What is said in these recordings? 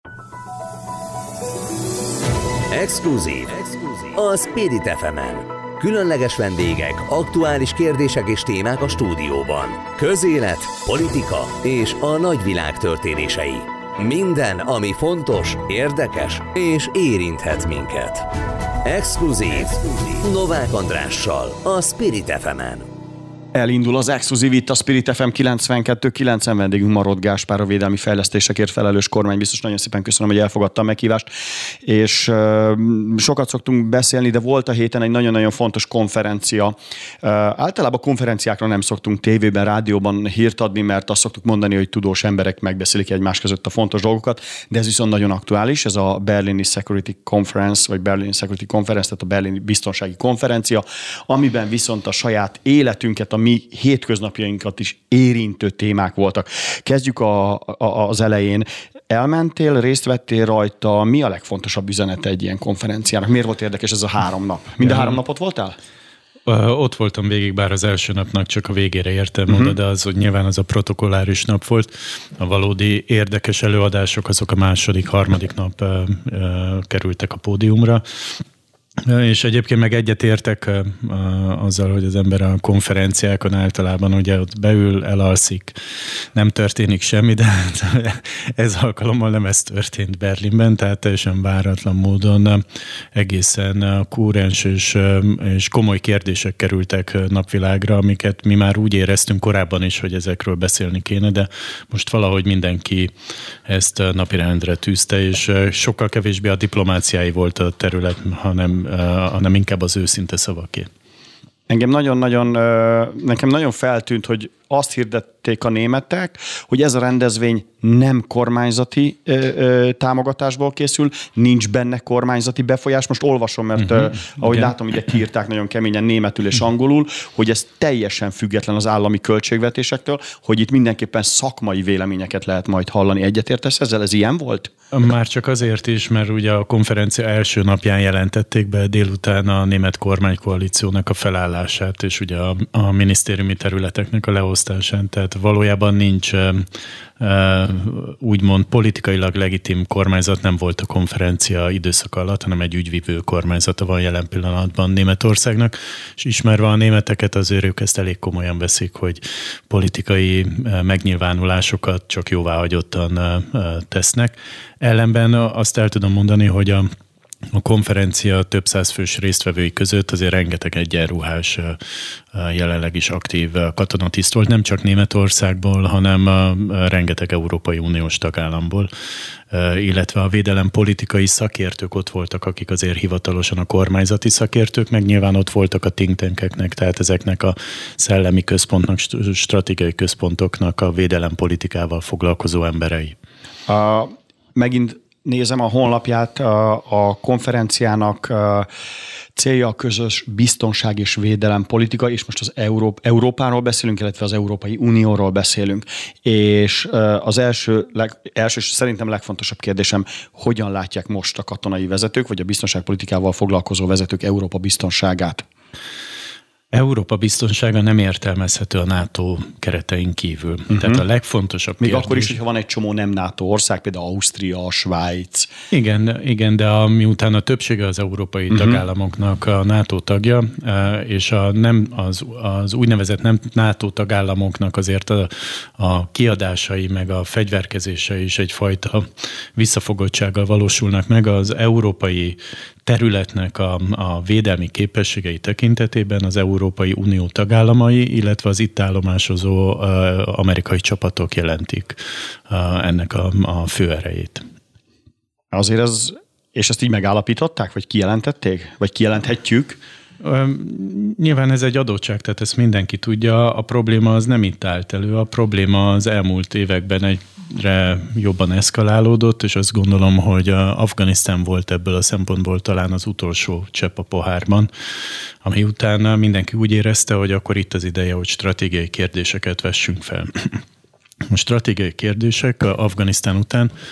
Exkluzív. A Spirit FM-en. Különleges vendégek, aktuális kérdések és témák a stúdióban. Közélet, politika és a nagyvilág történései. Minden, ami fontos, érdekes és érinthet minket. Exkluzív. Novák Andrással, a Spirit FM-en. Elindul az Exkluzív itt a Spirit FM 92.9, vendégünk Marodt Gáspár, a védelmi fejlesztésekért felelős kormánybiztos. Nagyon szépen köszönöm, hogy elfogadta a meghívást. És sokat szoktunk beszélni, de volt a héten egy nagyon-nagyon fontos konferencia. Általában konferenciákra nem szoktunk tévében, rádióban hírt adni, mert azt szoktuk mondani, hogy tudós emberek megbeszélik egymás között a fontos dolgokat, de ez viszont nagyon aktuális. Ez a Berlini Security Conference, vagy Berlin Security Conference, tehát a berlini biztonsági konferencia, amiben viszont a saját életünket, a mi hétköznapjainkat is érintő témák voltak. Kezdjük az elején. Elmentél, részt vettél rajta, mi a legfontosabb üzenete egy ilyen konferenciának? Miért volt érdekes ez a 3 nap? Mind a 3 napot voltál? Ott voltam végig, bár az első napnak csak a végére értem oda, de az, hogy nyilván az a protokolláris nap volt. A valódi érdekes előadások azok a második, harmadik nap kerültek a pódiumra. És egyébként meg egyetértek azzal, hogy az ember a konferenciákon általában ugye ott beül, elalszik, nem történik semmi, de ez alkalommal nem ez történt Berlinben, tehát teljesen váratlan módon egészen kúrens és komoly kérdések kerültek napvilágra, amiket mi már úgy éreztünk korábban is, hogy ezekről beszélni kéne, de most valahogy mindenki ezt napirendre tűzte, és sokkal kevésbé a diplomáciái volt a terület, hanem inkább az őszinte szavaké. Nekem nagyon feltűnt, hogy azt hirdették a németek, hogy ez a rendezvény nem kormányzati támogatásból készül, nincs benne kormányzati befolyás. Most olvasom, mert ahogy látom, ugye kiírták nagyon keményen németül és angolul, hogy ez teljesen független az állami költségvetésektől, hogy itt mindenképpen szakmai véleményeket lehet majd hallani. Egyetértesz ezzel? Ez ilyen volt? Már csak azért is, mert ugye a konferencia első napján jelentették be délután a német kormánykoalíciónak a felállását, és ugye a minisztériumi területeknek a leosztásán. Tehát valójában nincs úgymond politikailag legitim kormányzat, nem volt a konferencia időszak alatt, hanem egy ügyvivő kormányzata van jelen pillanatban Németországnak, és ismerve a németeket, azért ők ezt elég komolyan veszik, hogy politikai megnyilvánulásokat csak jóváhagyottan tesznek. Ellenben azt el tudom mondani, hogy a konferencia több száz fős résztvevői között azért rengeteg egyenruhás, jelenleg is aktív katonatiszt volt, nem csak Németországból, hanem rengeteg Európai Uniós tagállamból, illetve a védelem politikai szakértők ott voltak, akik azért hivatalosan a kormányzati szakértők, meg nyilván ott voltak a think tankeknek, tehát ezeknek a szellemi központnak, stratégiai központoknak a védelem politikával foglalkozó emberei. Megint nézem a honlapját, a konferenciának célja a közös biztonság és védelem politika, és most az Európáról beszélünk, illetve az Európai Unióról beszélünk. És az első szerintem legfontosabb kérdésem, hogyan látják most a katonai vezetők, vagy a biztonságpolitikával foglalkozó vezetők Európa biztonságát? Európa biztonsága nem értelmezhető a NATO keretein kívül. Tehát a legfontosabb még kérdés... akkor is, hogyha van egy csomó nem NATO ország, például Ausztria, Svájc. Igen, de miután a többsége az európai tagállamoknak a NATO tagja, és az úgynevezett nem NATO tagállamoknak azért a kiadásai, meg a fegyverkezése is egyfajta visszafogottsággal valósulnak meg, az európai területnek a védelmi képességei tekintetében az Európai Unió tagállamai, illetve az itt állomásozó amerikai csapatok jelentik ennek a főerejét. Azért és ezt így megállapították, vagy kijelentették? Vagy kijelenthetjük? Nyilván ez egy adottság, tehát ezt mindenki tudja. A probléma az nem itt állt elő, a probléma az elmúlt években egyre jobban eszkalálódott, és azt gondolom, hogy Afganisztán volt ebből a szempontból talán az utolsó csepp a pohárban, ami után mindenki úgy érezte, hogy akkor itt az ideje, hogy stratégiai kérdéseket vessünk fel. A stratégiai kérdések Afganisztán után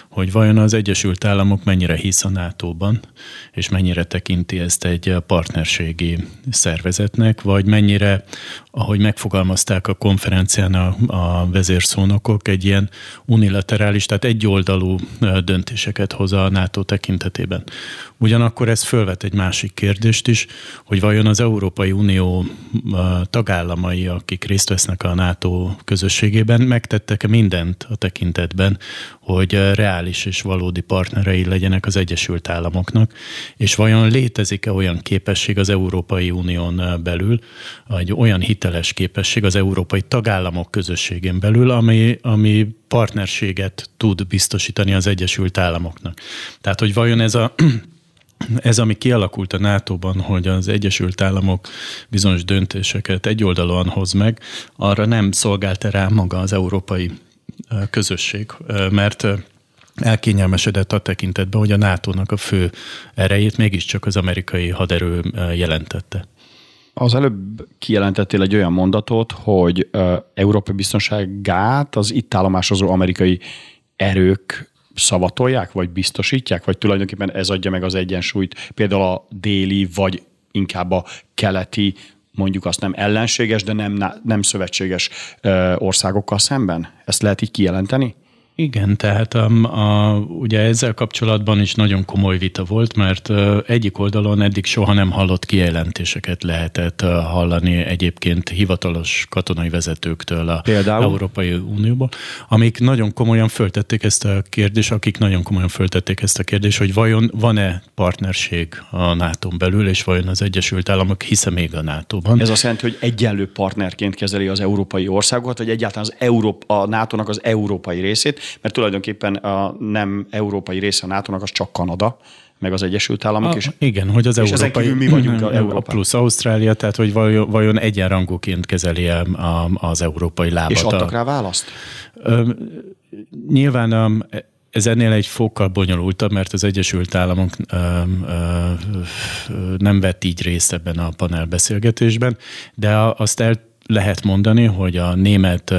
hogy vajon az Egyesült Államok mennyire hisz a NATO-ban, és mennyire tekinti ezt egy partnerségi szervezetnek, vagy mennyire, ahogy megfogalmazták a konferencián a vezérszónokok, egy ilyen unilaterális, tehát egyoldalú döntéseket hoz a NATO tekintetében. Ugyanakkor ez fölvet egy másik kérdést is, hogy vajon az Európai Unió tagállamai, akik részt vesznek a NATO közösségében, megtettek-e mindent a tekintetben, hogy reális és valódi partnerei legyenek az Egyesült Államoknak, és vajon létezik-e olyan képesség az Európai Unión belül, egy olyan hiteles képesség az európai tagállamok közösségén belül, ami partnerséget tud biztosítani az Egyesült Államoknak. Tehát, hogy vajon ez, ami kialakult a NATO-ban, hogy az Egyesült Államok bizonyos döntéseket egyoldalúan hoz meg, arra nem szolgálta rá maga az európai közösség, mert elkényelmesedett a tekintetben, hogy a NATO-nak a fő erejét mégiscsak az amerikai haderő jelentette. Az előbb kijelentettél egy olyan mondatot, hogy Európa biztonságát az itt állomásozó amerikai erők szavatolják, vagy biztosítják, vagy tulajdonképpen ez adja meg az egyensúlyt, például a déli, vagy inkább a keleti, mondjuk azt nem ellenséges, de nem szövetséges országokkal szemben? Ezt lehet így kijelenteni? Igen, tehát ugye ezzel kapcsolatban is nagyon komoly vita volt, mert egyik oldalon eddig soha nem hallott kijelentéseket lehetett hallani egyébként hivatalos katonai vezetőktől a Európai Unióból, akik nagyon komolyan föltették ezt a kérdést, hogy vajon van-e partnerség a NATO-n belül, és vajon az Egyesült Államok hisze még a NATO-ban. Ez azt jelenti, hogy egyenlő partnerként kezeli az európai országokat, vagy egyáltalán a NATO-nak az európai részét, mert tulajdonképpen a nem európai része a NATO-nak az csak Kanada, meg az Egyesült Államok is. Igen, hogy az és európai... És mi vagyunk Európa. Plusz Ausztrália, tehát hogy vajon egyenrangúként kezeli az európai lábat. És adtak rá választ? Nyilván ez ennél egy fokkal bonyolultabb, mert az Egyesült Államok nem vett így részt ebben a panelbeszélgetésben, de azt el lehet mondani, hogy a német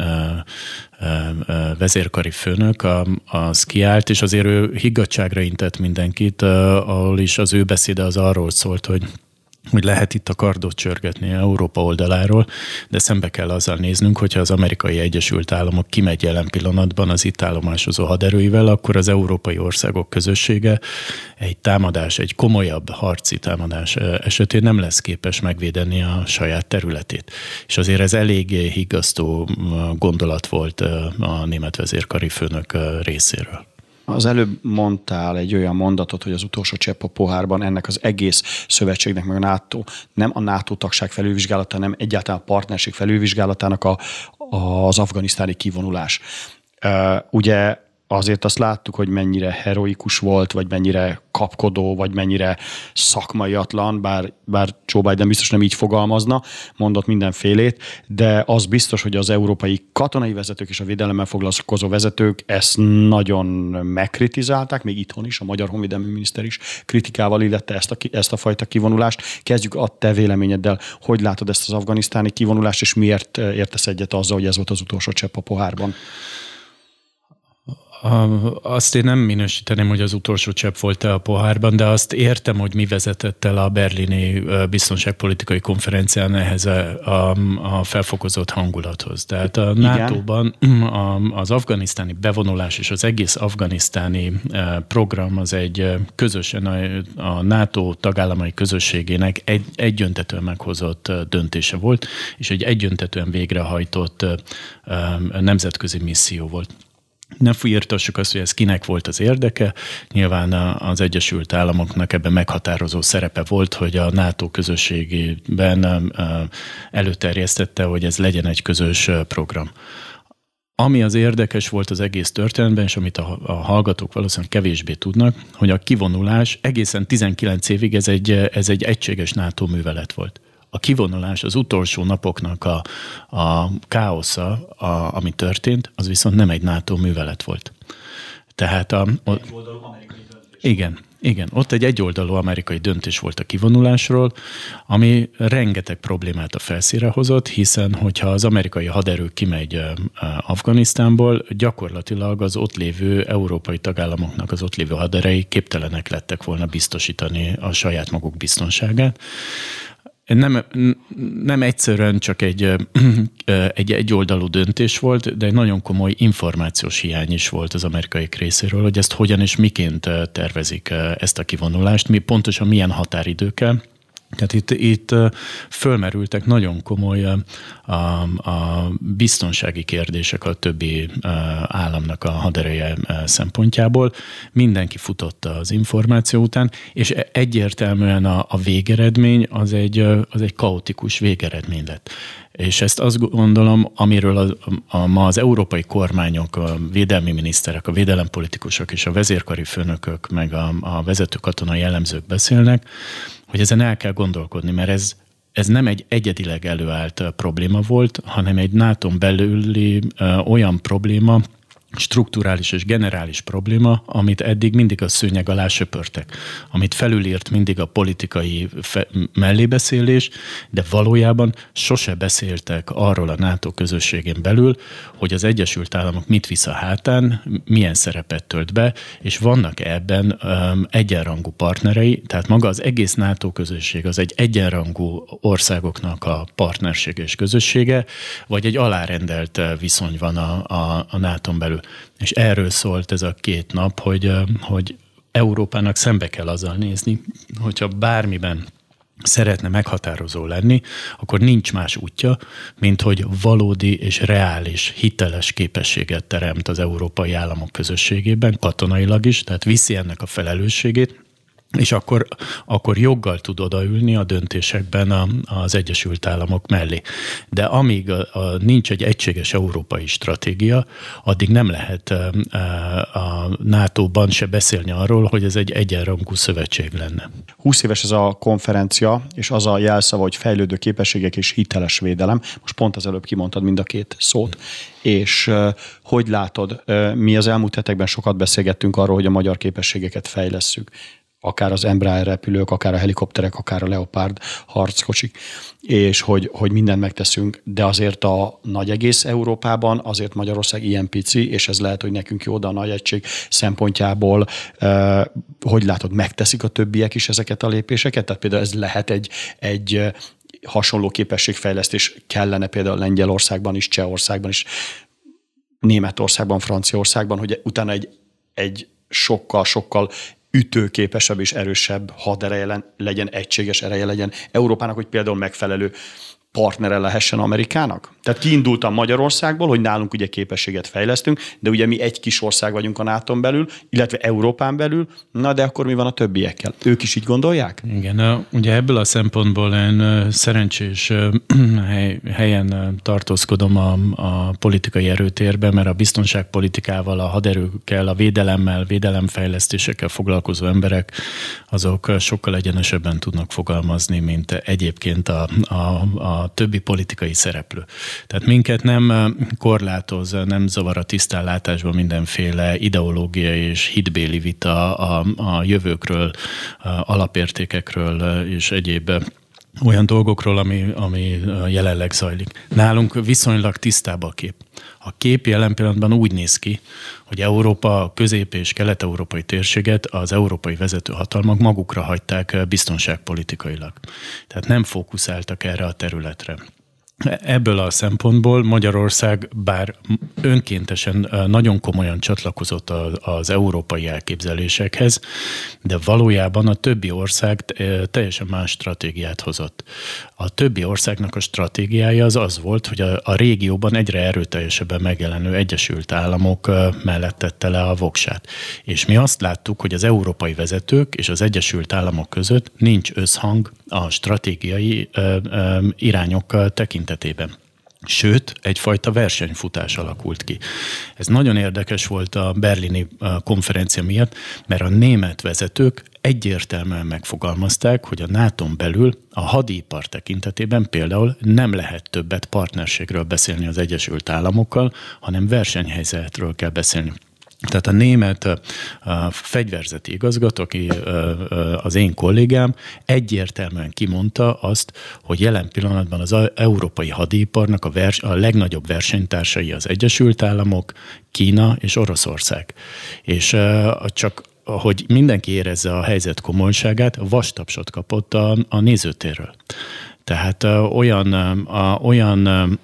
vezérkari főnök az kiállt, és azért ő higgadtságra intett mindenkit, ahol is az ő beszéde az arról szólt, hogy lehet itt a kardot csörgetni Európa oldaláról, de szembe kell azzal néznünk, hogyha az Amerikai Egyesült Államok kimegy jelen pillanatban az itt állomásozó haderőivel, akkor az európai országok közössége egy komolyabb harci támadás esetén nem lesz képes megvédeni a saját területét. És azért ez eléggé higgasztó gondolat volt a német vezérkari főnök részéről. Az előbb mondtál egy olyan mondatot, hogy az utolsó csepp a pohárban ennek az egész szövetségnek, meg a NATO, nem a NATO tagság felülvizsgálata, hanem egyáltalán a partnerség felülvizsgálatának az afganisztáni kivonulás. Ugye azért azt láttuk, hogy mennyire heroikus volt, vagy mennyire kapkodó, vagy mennyire szakmaiatlan, bár Joe Biden biztos nem így fogalmazna, mondott mindenfélét, de az biztos, hogy az európai katonai vezetők és a védelemmel foglalkozó vezetők ezt nagyon megkritizálták, még itthon is, a magyar honvédelmi miniszter is kritikával illette ezt a fajta kivonulást. Kezdjük a te véleményeddel, hogy látod ezt az afganisztáni kivonulást, és miért értesz egyet azzal, hogy ez volt az utolsó csepp a pohárban? Azt én nem minősíteném, hogy az utolsó csepp volt-e a pohárban, de azt értem, hogy mi vezetett el a berlini biztonságpolitikai konferencián ehhez a felfokozott hangulathoz. Tehát a NATO-ban az afganisztáni bevonulás és az egész afganisztáni program az egy közösen a NATO tagállamai közösségének egyöntetően meghozott döntése volt, és egy egyöntetően végrehajtott nemzetközi misszió volt. Ne firtassuk azt, hogy ez kinek volt az érdeke. Nyilván az Egyesült Államoknak ebben meghatározó szerepe volt, hogy a NATO közösségében előterjesztette, hogy ez legyen egy közös program. Ami az érdekes volt az egész történetben, és amit a hallgatók valószínűleg kevésbé tudnak, hogy a kivonulás egészen 19 évig ez egy egységes NATO művelet volt. A kivonulás, az utolsó napoknak a káosza, ami történt, az viszont nem egy NATO művelet volt. Tehát Igen, ott egy egyoldalú amerikai döntés volt a kivonulásról, ami rengeteg problémát a felszínre hozott, hiszen hogyha az amerikai haderő kimegy Afganisztánból, gyakorlatilag az ott lévő európai tagállamoknak az ott lévő haderei képtelenek lettek volna biztosítani a saját maguk biztonságát. Nem egyszerűen csak egy egyoldalú döntés volt, de egy nagyon komoly információs hiány is volt az amerikaiak részéről, hogy ezt hogyan és miként tervezik ezt a kivonulást, pontosan milyen határidőkkel. Tehát itt fölmerültek nagyon komoly a biztonsági kérdések a többi államnak a hadereje szempontjából. Mindenki futott az információ után, és egyértelműen a végeredmény az egy kaotikus végeredmény lett. És ezt azt gondolom, amiről ma az európai kormányok, a védelmi miniszterek, a védelempolitikusok és a vezérkari főnökök, meg a vezető katonai jellemzők beszélnek, hogy ezen el kell gondolkodni, mert ez nem egy egyedileg előállt probléma volt, hanem egy NATO-n belüli olyan probléma, strukturális és generális probléma, amit eddig mindig a szőnyeg alá söpörtek, amit felülírt mindig a politikai mellébeszélés, de valójában sose beszéltek arról a NATO közösségén belül, hogy az Egyesült Államok mit visz a hátán, milyen szerepet tölt be, és vannak ebben egyenrangú partnerei, tehát maga az egész NATO közösség az egy egyenrangú országoknak a partnersége és közössége, vagy egy alárendelt viszony van a NATO-n belül. És erről szólt ez a 2 nap, hogy Európának szembe kell azzal nézni, hogyha bármiben szeretne meghatározó lenni, akkor nincs más útja, mint hogy valódi és reális, hiteles képességet teremt az európai államok közösségében, katonailag is, tehát viszi ennek a felelősségét, és akkor joggal tud odaülni a döntésekben az Egyesült Államok mellé. De amíg nincs egy egységes európai stratégia, addig nem lehet a NATO-ban se beszélni arról, hogy ez egy egyenrangú szövetség lenne. 20 éves ez a konferencia, és az a jelszava, hogy fejlődő képességek és hiteles védelem. Most pont az előbb kimondtad mind a 2 szót. És hogy látod, mi az elmúlt hetekben sokat beszélgettünk arról, hogy a magyar képességeket fejlesszük. Akár az Embraer repülők, akár a helikopterek, akár a Leopard harckocsik, és hogy mindent megteszünk, de azért a nagy egész Európában, azért Magyarország ilyen pici, és ez lehet, hogy nekünk jó, de a nagy egység szempontjából, hogy látod, megteszik a többiek is ezeket a lépéseket? Tehát például ez lehet egy hasonló képességfejlesztés kellene például Lengyelországban is, Csehországban is, Németországban, Franciaországban, hogy utána egy sokkal ütőképesebb és erősebb hadereje legyen, egységes ereje legyen Európának, hogy például megfelelő partnere lehessen Amerikának? Tehát kiindultam Magyarországból, hogy nálunk ugye képességet fejlesztünk, de ugye mi egy kis ország vagyunk a NATO-n belül, illetve Európán belül, na de akkor mi van a többiekkel? Ők is így gondolják? Igen, ugye ebből a szempontból én szerencsés helyen tartózkodom a politikai erőtérben, mert a biztonságpolitikával, a haderőkkel, a védelemmel, védelemfejlesztésekkel foglalkozó emberek, azok sokkal egyenesebben tudnak fogalmazni, mint egyébként a többi politikai szereplő. Tehát minket nem korlátoz, nem zavar a tisztánlátásban mindenféle ideológiai és hitbéli vita a jövőkről, alapértékekről és egyéb olyan dolgokról, ami jelenleg zajlik. Nálunk viszonylag tisztább a kép. A kép jelen pillanatban úgy néz ki, hogy Európa, a közép- és kelet-európai térséget az európai vezetőhatalmak magukra hagyták biztonságpolitikailag. Tehát nem fókuszáltak erre a területre. Ebből a szempontból Magyarország bár önkéntesen nagyon komolyan csatlakozott az európai elképzelésekhez, de valójában a többi ország teljesen más stratégiát hozott. A többi országnak a stratégiája az volt, hogy a régióban egyre erőteljesebben megjelenő Egyesült Államok mellett tette le a voksát. És mi azt láttuk, hogy az európai vezetők és az Egyesült Államok között nincs összhang a stratégiai irányok tekintetében. Sőt, egyfajta versenyfutás alakult ki. Ez nagyon érdekes volt a berlini konferencia miatt, mert a német vezetők egyértelműen megfogalmazták, hogy a NATO-n belül a hadipar tekintetében például nem lehet többet partnerségről beszélni az Egyesült Államokkal, hanem versenyhelyzetről kell beszélni. Tehát a német fegyverzeti igazgató, aki az én kollégám, egyértelműen kimondta azt, hogy jelen pillanatban az európai hadiiparnak a legnagyobb versenytársai az Egyesült Államok, Kína és Oroszország. És csak hogy mindenki érezze a helyzet komolyságát, vastapsot kapott a nézőtérről. Tehát olyan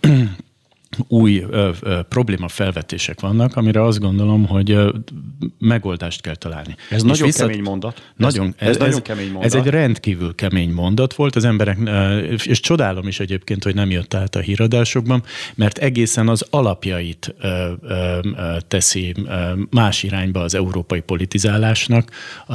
új problémafelvetések vannak, amire azt gondolom, hogy megoldást kell találni. Ez nagyon kemény mondat. Ez nagyon kemény mondat. Ez egy rendkívül kemény mondat volt az emberek, és csodálom is egyébként, hogy nem jött át a híradásokban, mert egészen az alapjait teszi más irányba az európai politizálásnak,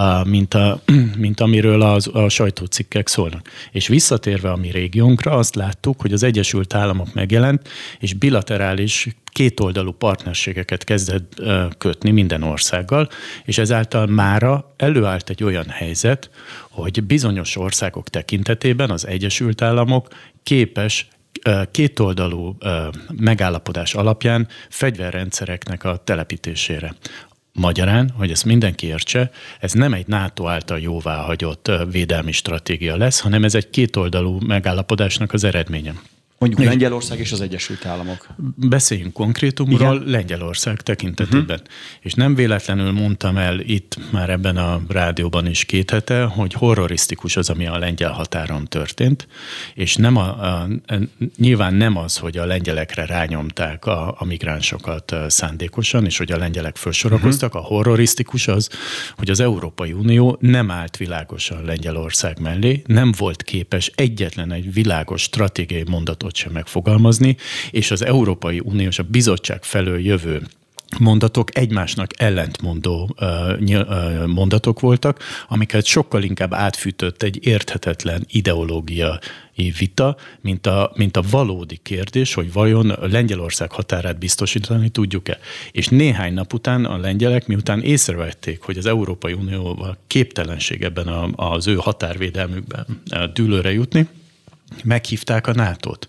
mint amiről a sajtócikkek szólnak. És visszatérve a mi régiónkra, azt láttuk, hogy az Egyesült Államok megjelent, és bilaterális kétoldalú partnerségeket kezdett kötni minden országgal, és ezáltal mára előállt egy olyan helyzet, hogy bizonyos országok tekintetében az Egyesült Államok képes kétoldalú megállapodás alapján fegyverrendszereknek a telepítésére. Magyarán, hogy ezt mindenki értse, ez nem egy NATO által jóváhagyott védelmi stratégia lesz, hanem ez egy kétoldalú megállapodásnak az eredménye. Mondjuk Lengyelország és az Egyesült Államok. Beszéljünk konkrétumról Lengyelország tekintetében. És nem véletlenül mondtam el itt már ebben a rádióban is 2 hete, hogy horrorisztikus az, ami a lengyel határon történt, és nyilván nem az, hogy a lengyelekre rányomták a migránsokat szándékosan, és hogy a lengyelek felsorakoztak. A horrorisztikus az, hogy az Európai Unió nem állt világosan Lengyelország mellé, nem volt képes egyetlen egy világos stratégiai mondatot sem megfogalmazni, és az Európai Unió és a bizottság felől jövő mondatok egymásnak ellentmondó mondatok voltak, amiket sokkal inkább átfűtött egy érthetetlen ideológiai vita, mint a valódi kérdés, hogy vajon Lengyelország határát biztosítani tudjuk-e. És néhány nap után a lengyelek, miután észrevették, hogy az Európai Unióval képtelenség ebben az ő határvédelmükben dűlőre jutni, meghívták a NATO-t,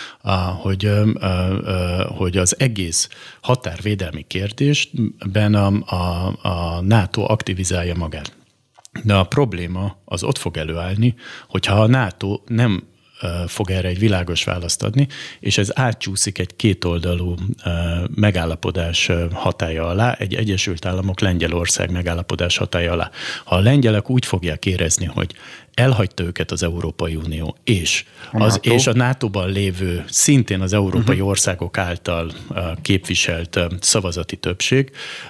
hogy az egész határvédelmi kérdésben a NATO aktivizálja magát. De a probléma az ott fog előállni, hogyha a NATO nem fog erre egy világos választ adni, és ez átcsúszik egy kétoldalú megállapodás hatálya alá, egy Egyesült Államok-Lengyelország megállapodás hatálya alá. Ha a lengyelek úgy fogják érezni, hogy elhagyta őket az Európai Unió, és a NATO-ban lévő, szintén az európai országok által képviselt szavazati többség,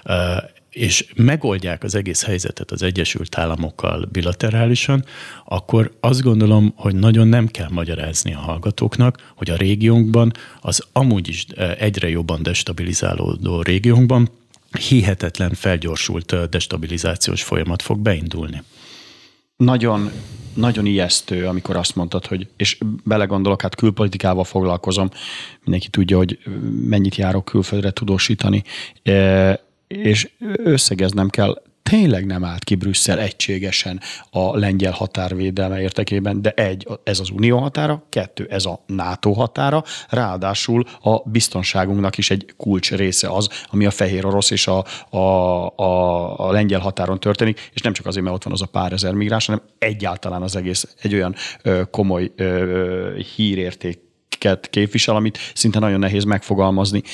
és megoldják az egész helyzetet az Egyesült Államokkal bilaterálisan, akkor azt gondolom, hogy nagyon nem kell magyarázni a hallgatóknak, hogy a régiónkban, az amúgy is egyre jobban destabilizálódó régiónkban hihetetlen felgyorsult destabilizációs folyamat fog beindulni. Nagyon, nagyon ijesztő, amikor azt mondtad, hogy, és belegondolok, hát külpolitikával foglalkozom, mindenki tudja, hogy mennyit járok külföldre tudósítani, és összegeznem kell, tényleg nem állt ki Brüsszel egységesen a lengyel határvédelme érdekében, de ez az unió határa, 2, ez a NATO határa, ráadásul a biztonságunknak is egy kulcs része az, ami a fehér orosz és a lengyel határon történik, és nem csak azért, mert ott van az a pár ezer migráns, hanem egyáltalán az egész egy olyan komoly hírértéket képvisel, amit szinte nagyon nehéz megfogalmazni.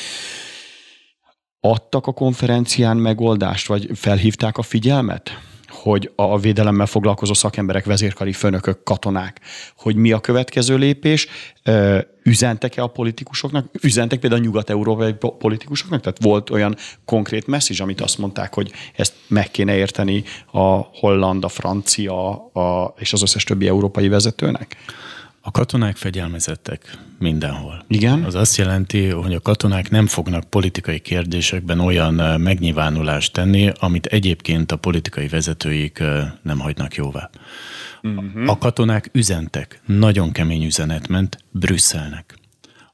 Adtak a konferencián megoldást, vagy felhívták a figyelmet, hogy a védelemmel foglalkozó szakemberek, vezérkari főnökök, katonák, hogy mi a következő lépés? Üzentek-e a politikusoknak? Üzentek például a nyugat-európai politikusoknak? Tehát volt olyan konkrét message, amit azt mondták, hogy ezt meg kéne érteni a holland, a francia és az összes többi európai vezetőnek? A katonák fegyelmezettek mindenhol. Igen? Az azt jelenti, hogy a katonák nem fognak politikai kérdésekben olyan megnyilvánulást tenni, amit egyébként a politikai vezetőik nem hagynak jóvá. A katonák üzentek, nagyon kemény üzenet ment Brüsszelnek.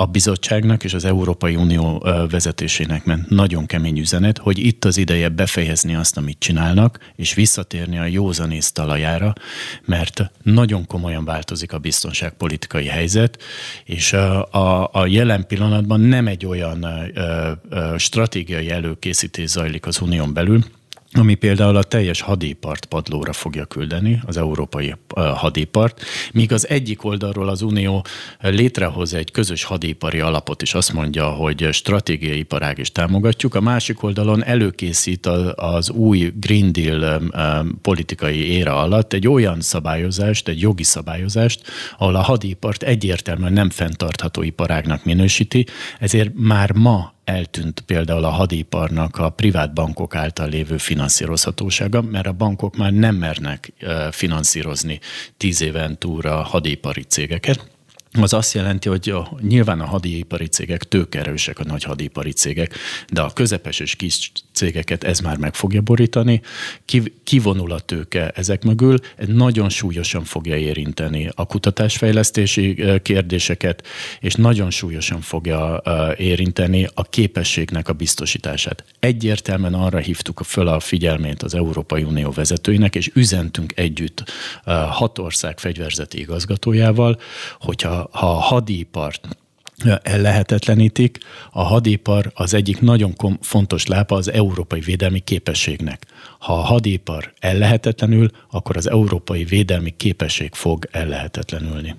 a bizottságnak és az Európai Unió vezetésének ment nagyon kemény üzenet, hogy itt az ideje befejezni azt, amit csinálnak, és visszatérni a józanész talajára, mert nagyon komolyan változik a biztonságpolitikai helyzet, és a jelen pillanatban nem egy olyan stratégiai előkészítés zajlik az Unión belül, ami például a teljes hadipart padlóra fogja küldeni, az európai hadipart, míg az egyik oldalról az Unió létrehoz egy közös hadipari alapot, és azt mondja, hogy stratégiai iparág is támogatjuk, a másik oldalon előkészít az új Green Deal politikai éra alatt egy olyan szabályozást, egy jogi szabályozást, ahol a hadipart egyértelműen nem fenntartható iparágnak minősíti, ezért már ma eltűnt például a hadiparnak a privát bankok által lévő finanszírozhatósága, mert a bankok már nem mernek finanszírozni 10 éven túl a hadipari cégeket. Az azt jelenti, hogy nyilván a hadipari cégek tőkeerősek, a nagy hadipari cégek, de a közepes és kis cégeket ez már meg fogja borítani. Kivonul a tőke ezek mögül, ez nagyon súlyosan fogja érinteni a kutatásfejlesztési kérdéseket, és nagyon súlyosan fogja érinteni a képességnek a biztosítását. Egyértelműen arra hívtuk föl a figyelmét az Európai Unió vezetőinek, és üzentünk együtt 6 ország fegyverzeti igazgatójával, hogyha a hadipart ellehetetlenítik, a hadipar az egyik nagyon fontos lába az európai védelmi képességnek. Ha a hadipar ellehetetlenül, akkor az európai védelmi képesség fog ellehetetlenülni.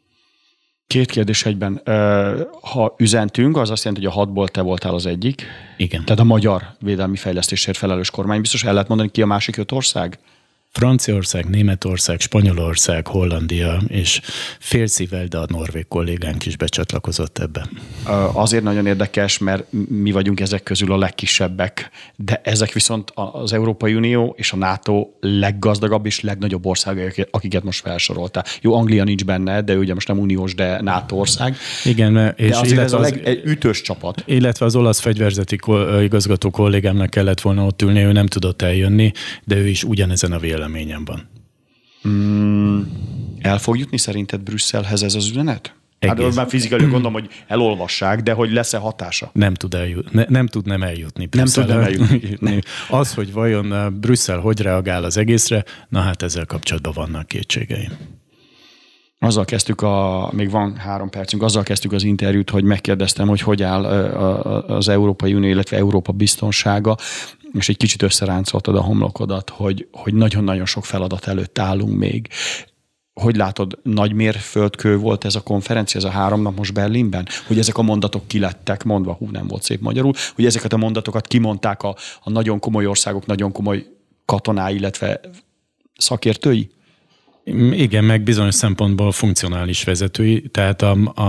2 kérdés egyben. Ha üzentünk, az azt jelenti, hogy a 6-ból te voltál az egyik. Igen. Tehát a magyar védelmi fejlesztésért felelős kormány. Biztos el lehet mondani, ki a másik 5 ország? Franciaország, Németország, Spanyolország, Hollandia, és félszívvel, de a norvég kollégánk is becsatlakozott ebbe. Azért nagyon érdekes, mert mi vagyunk ezek közül a legkisebbek, de ezek viszont az Európai Unió és a NATO leggazdagabb és legnagyobb országai, akiket most felsoroltál. Jó, Anglia nincs benne, de ő ugye most nem uniós, de NATO ország. Igen, és de azért ez egy ütős csapat. Illetve az olasz fegyverzeti igazgató kollégámnak kellett volna ott ülni, ő nem tudott eljönni, de ő is ugyanezen a véleményen van. El fog jutni szerinted Brüsszelhez ez az üzenet? Hát már fizikailag gondolom, hogy elolvassák, de hogy lesz-e hatása? Nem tud nem eljutni. Brüsszelhez. Az, hogy vajon Brüsszel hogy reagál az egészre, na hát ezzel kapcsolatban vannak kétségeim. Azzal kezdtük, még van 3 percünk, azzal kezdtük az interjút, hogy megkérdeztem, hogy áll az Európai Unió, illetve Európa biztonsága, és egy kicsit összeráncoltad a homlokodat, hogy nagyon-nagyon sok feladat előtt állunk még. Hogy látod, nagy mérföldkő volt ez a konferencia, ez a 3 nap most Berlinben? Hogy ezek a mondatok kilettek mondva, nem volt szép magyarul, hogy ezeket a mondatokat kimondták a nagyon komoly országok, nagyon komoly katonái, illetve szakértői? Igen, meg bizonyos szempontból funkcionális vezetői, tehát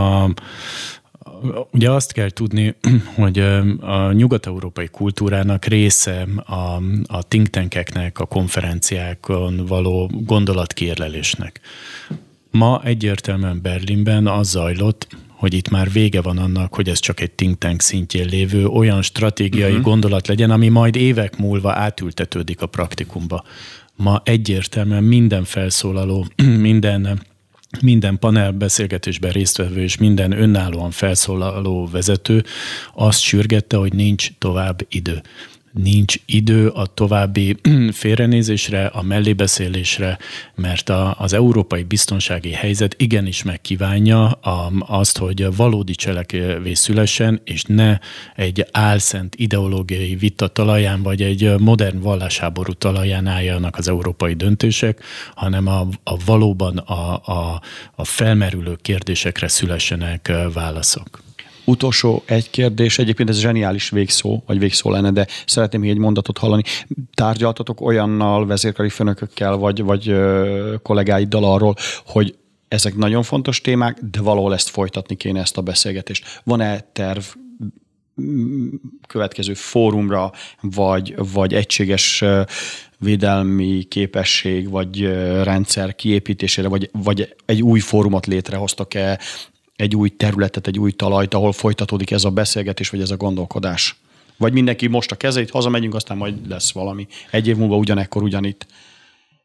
ugye azt kell tudni, hogy a nyugat-európai kultúrának része a think tankeknek, a konferenciákon való gondolatkérlelésnek. Ma egyértelműen Berlinben az zajlott, hogy itt már vége van annak, hogy ez csak egy think tank szintjén lévő olyan stratégiai gondolat legyen, ami majd évek múlva átültetődik a praktikumba. Ma egyértelműen minden felszólaló, minden panelbeszélgetésben résztvevő és minden önállóan felszólaló vezető azt sürgette, hogy nincs tovább idő. Nincs idő a további félrenézésre, a mellébeszélésre, mert az európai biztonsági helyzet igenis megkívánja azt, hogy valódi cselekvés szülessen, és ne egy álszent ideológiai vita talaján, vagy egy modern vallásháború talaján álljanak az európai döntések, hanem valóban a felmerülő kérdésekre szülessenek válaszok. Utolsó egy kérdés, egyébként ez zseniális végszó, vagy végszó lenne, de szeretném még egy mondatot hallani. Tárgyaltatok olyannal, vezérkari főnökökkel, vagy kollégáiddal arról, hogy ezek nagyon fontos témák, de valahol ezt folytatni kéne, ezt a beszélgetést. Van-e terv következő fórumra, vagy egységes védelmi képesség, vagy rendszer kiépítésére, vagy egy új fórumot létrehoztak-e, egy új területet, egy új talajt, ahol folytatódik ez a beszélgetés, vagy ez a gondolkodás? Vagy mindenki most a kezeit, hazamegyünk, aztán majd lesz valami. 1 év múlva ugyanekkor, ugyanitt.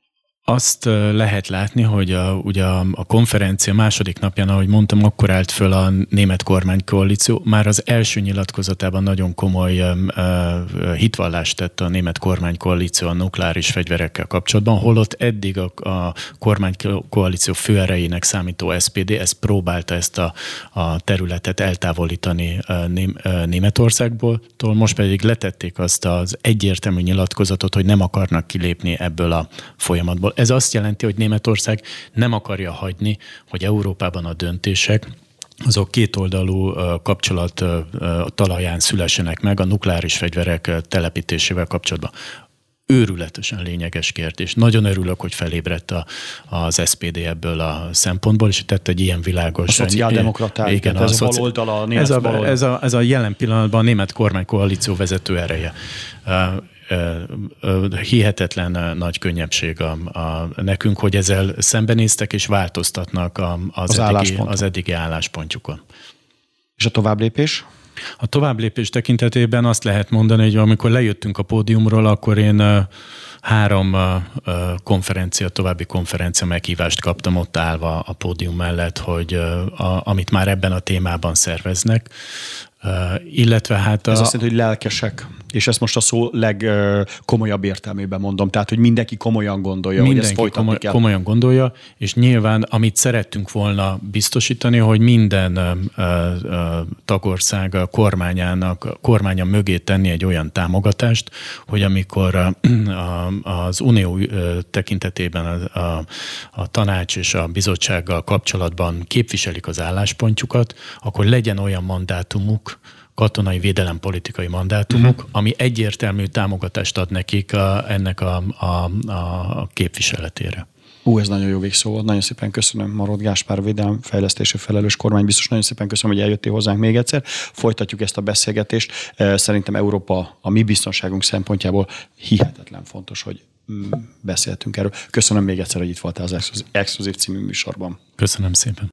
Azt lehet látni, hogy ugye a konferencia második napján, ahogy mondtam, akkor állt föl a német kormánykoalíció. Már az első nyilatkozatában nagyon komoly hitvallást tett a német kormánykoalíció a nukleáris fegyverekkel kapcsolatban, holott eddig a kormánykoalíció főerejének számító SPD ezt próbálta ezt a területet eltávolítani Németországból, most pedig letették azt az egyértelmű nyilatkozatot, hogy nem akarnak kilépni ebből a folyamatból. Ez azt jelenti, hogy Németország nem akarja hagyni, hogy Európában a döntések azok kétoldalú kapcsolat talaján szülessenek meg a nukleáris fegyverek telepítésével kapcsolatban. Őrületesen lényeges kérdés. Nagyon örülök, hogy felébredt az SPD ebből a szempontból, és tett egy ilyen világos... A szociáldemokraták, igen, ez a baloldal, a német baloldal. Ez a jelen pillanatban a német kormánykoalíció vezető ereje. Hihetetlen nagy könnyebbség nekünk, hogy ezzel szembenéztek és változtatnak az eddigi álláspontjukon. És a továbblépés? A továbblépés tekintetében azt lehet mondani, hogy amikor lejöttünk a pódiumról, akkor én 3 további konferencia meghívást kaptam ott állva a pódium mellett, hogy amit már ebben a témában szerveznek, illetve hát... Ez azt jelenti, hogy lelkesek, és ezt most a szó legkomolyabb értelmében mondom, tehát, hogy mindenki komolyan gondolja, hogy ezt folytatni kell. Komolyan gondolja, és nyilván, amit szerettünk volna biztosítani, hogy minden tagország kormánya mögé tenni egy olyan támogatást, hogy amikor az Unió tekintetében a tanács és a bizottsággal kapcsolatban képviselik az álláspontjukat, akkor legyen olyan mandátumuk, katonai védelempolitikai mandátumuk, ami egyértelmű támogatást ad nekik ennek a képviseletére. Ez nagyon jó végszó volt. Nagyon szépen köszönöm, Marót Gáspár, védelem fejlesztési felelős kormánybiztos. Nagyon szépen köszönöm, hogy eljöttél hozzánk még egyszer. Folytatjuk ezt a beszélgetést. Szerintem Európa a mi biztonságunk szempontjából hihetetlen fontos, hogy beszéltünk erről. Köszönöm még egyszer, hogy itt voltál az Exkluzív című műsorban. Köszönöm szépen.